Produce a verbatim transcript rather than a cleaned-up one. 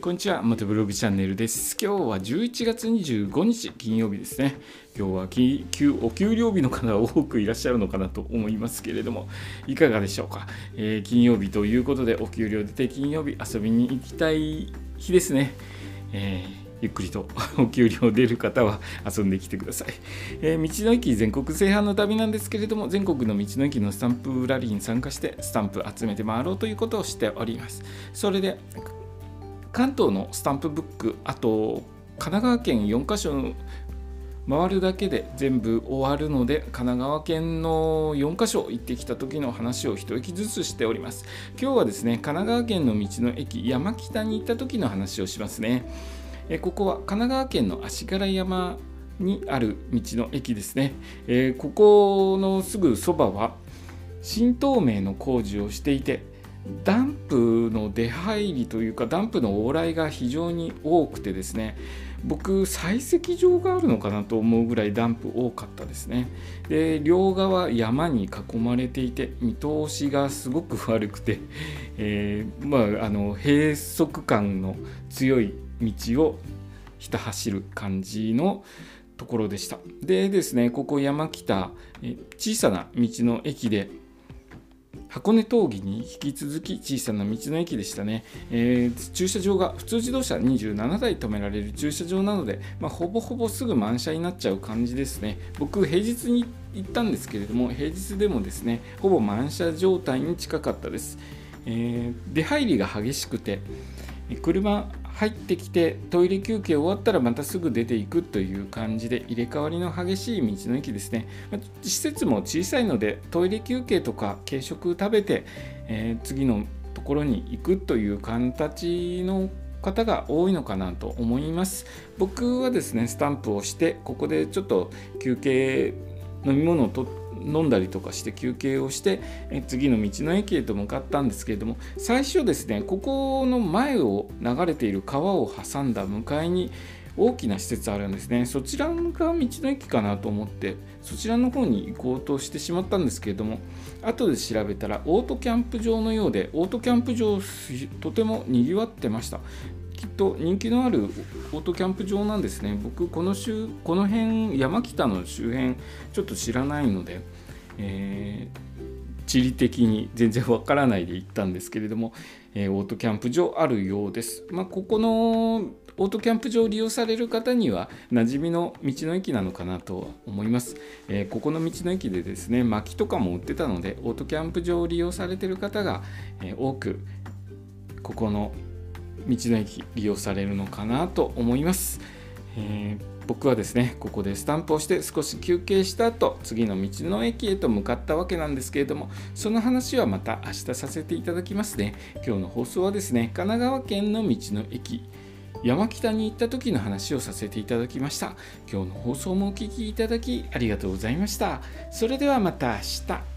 こんにちは、またブログチャンネルです。今日はじゅういちがつにじゅうごにち金曜日ですね。今日はき給お給料日の方が多くいらっしゃるのかなと思いますけれども、いかがでしょうか。えー、金曜日ということで、お給料出て金曜日遊びに行きたい日ですね。えーゆっくりとお給料出る方は遊んできてください、えー、道の駅全国制覇の旅なんですけれども、全国の道の駅のスタンプラリーに参加してスタンプ集めて回ろうということをしております。それで関東のスタンプブック、あと神奈川県よんかしょ回るだけで全部終わるので、神奈川県のよんかしょ行ってきた時の話を一駅ずつしております。今日はですね、神奈川県の道の駅山北に行った時の話をしますね。えここは神奈川県の足柄山にある道の駅ですね。えー、ここのすぐそばは新東名の工事をしていて、ダンプの出入りというかダンプの往来が非常に多くてですね、僕採石場があるのかなと思うぐらいダンプ多かったですね。で、両側山に囲まれていて見通しがすごく悪くて、えー、まああの閉塞感の強い道をひた走る感じのところでした。でですね、ここ山北、え小さな道の駅で、箱根峠に引き続き小さな道の駅でしたね。えー、駐車場が普通自動車にじゅうななだい止められる駐車場なので、まあ、ほぼほぼすぐ満車になっちゃう感じですね。僕平日に行ったんですけれども、平日でもですねほぼ満車状態に近かったです。えー、出入りが激しくて、車入ってきてトイレ休憩終わったらまたすぐ出ていくという感じで、入れ替わりの激しい道の駅ですね。施設も小さいのでトイレ休憩とか軽食食べて、えー、次のところに行くという形の方が多いのかなと思います。僕はですねスタンプをしてここでちょっと休憩飲み物をと飲んだりとかして休憩をして、え次の道の駅へと向かったんですけれども、最初ですねここの前を流れている川を挟んだ向かいに大きな施設あるんですね。そちらが道の駅かなと思ってそちらの方に行こうとしてしまったんですけれども、後で調べたらオートキャンプ場のようで、オートキャンプ場とてもにぎわってました。きっと人気のあるオートキャンプ場なんですね。僕この周この辺山北の周辺ちょっと知らないので、えー、地理的に全然わからないで行ったんですけれども、えー、オートキャンプ場あるようです。まあ、ここのオートキャンプ場を利用される方には馴染みの道の駅なのかなと思います。えー、ここの道の駅でですね薪とかも売ってたので、オートキャンプ場を利用されている方が、えー、多くここの道の駅利用されるのかなと思います。えー、僕はですねここでスタンプをして少し休憩した後、次の道の駅へと向かったわけなんですけれども、その話はまた明日させていただきますね。今日の放送はですね神奈川県の道の駅山北に行った時の話をさせていただきました。今日の放送もお聞きいただきありがとうございました。それではまた明日。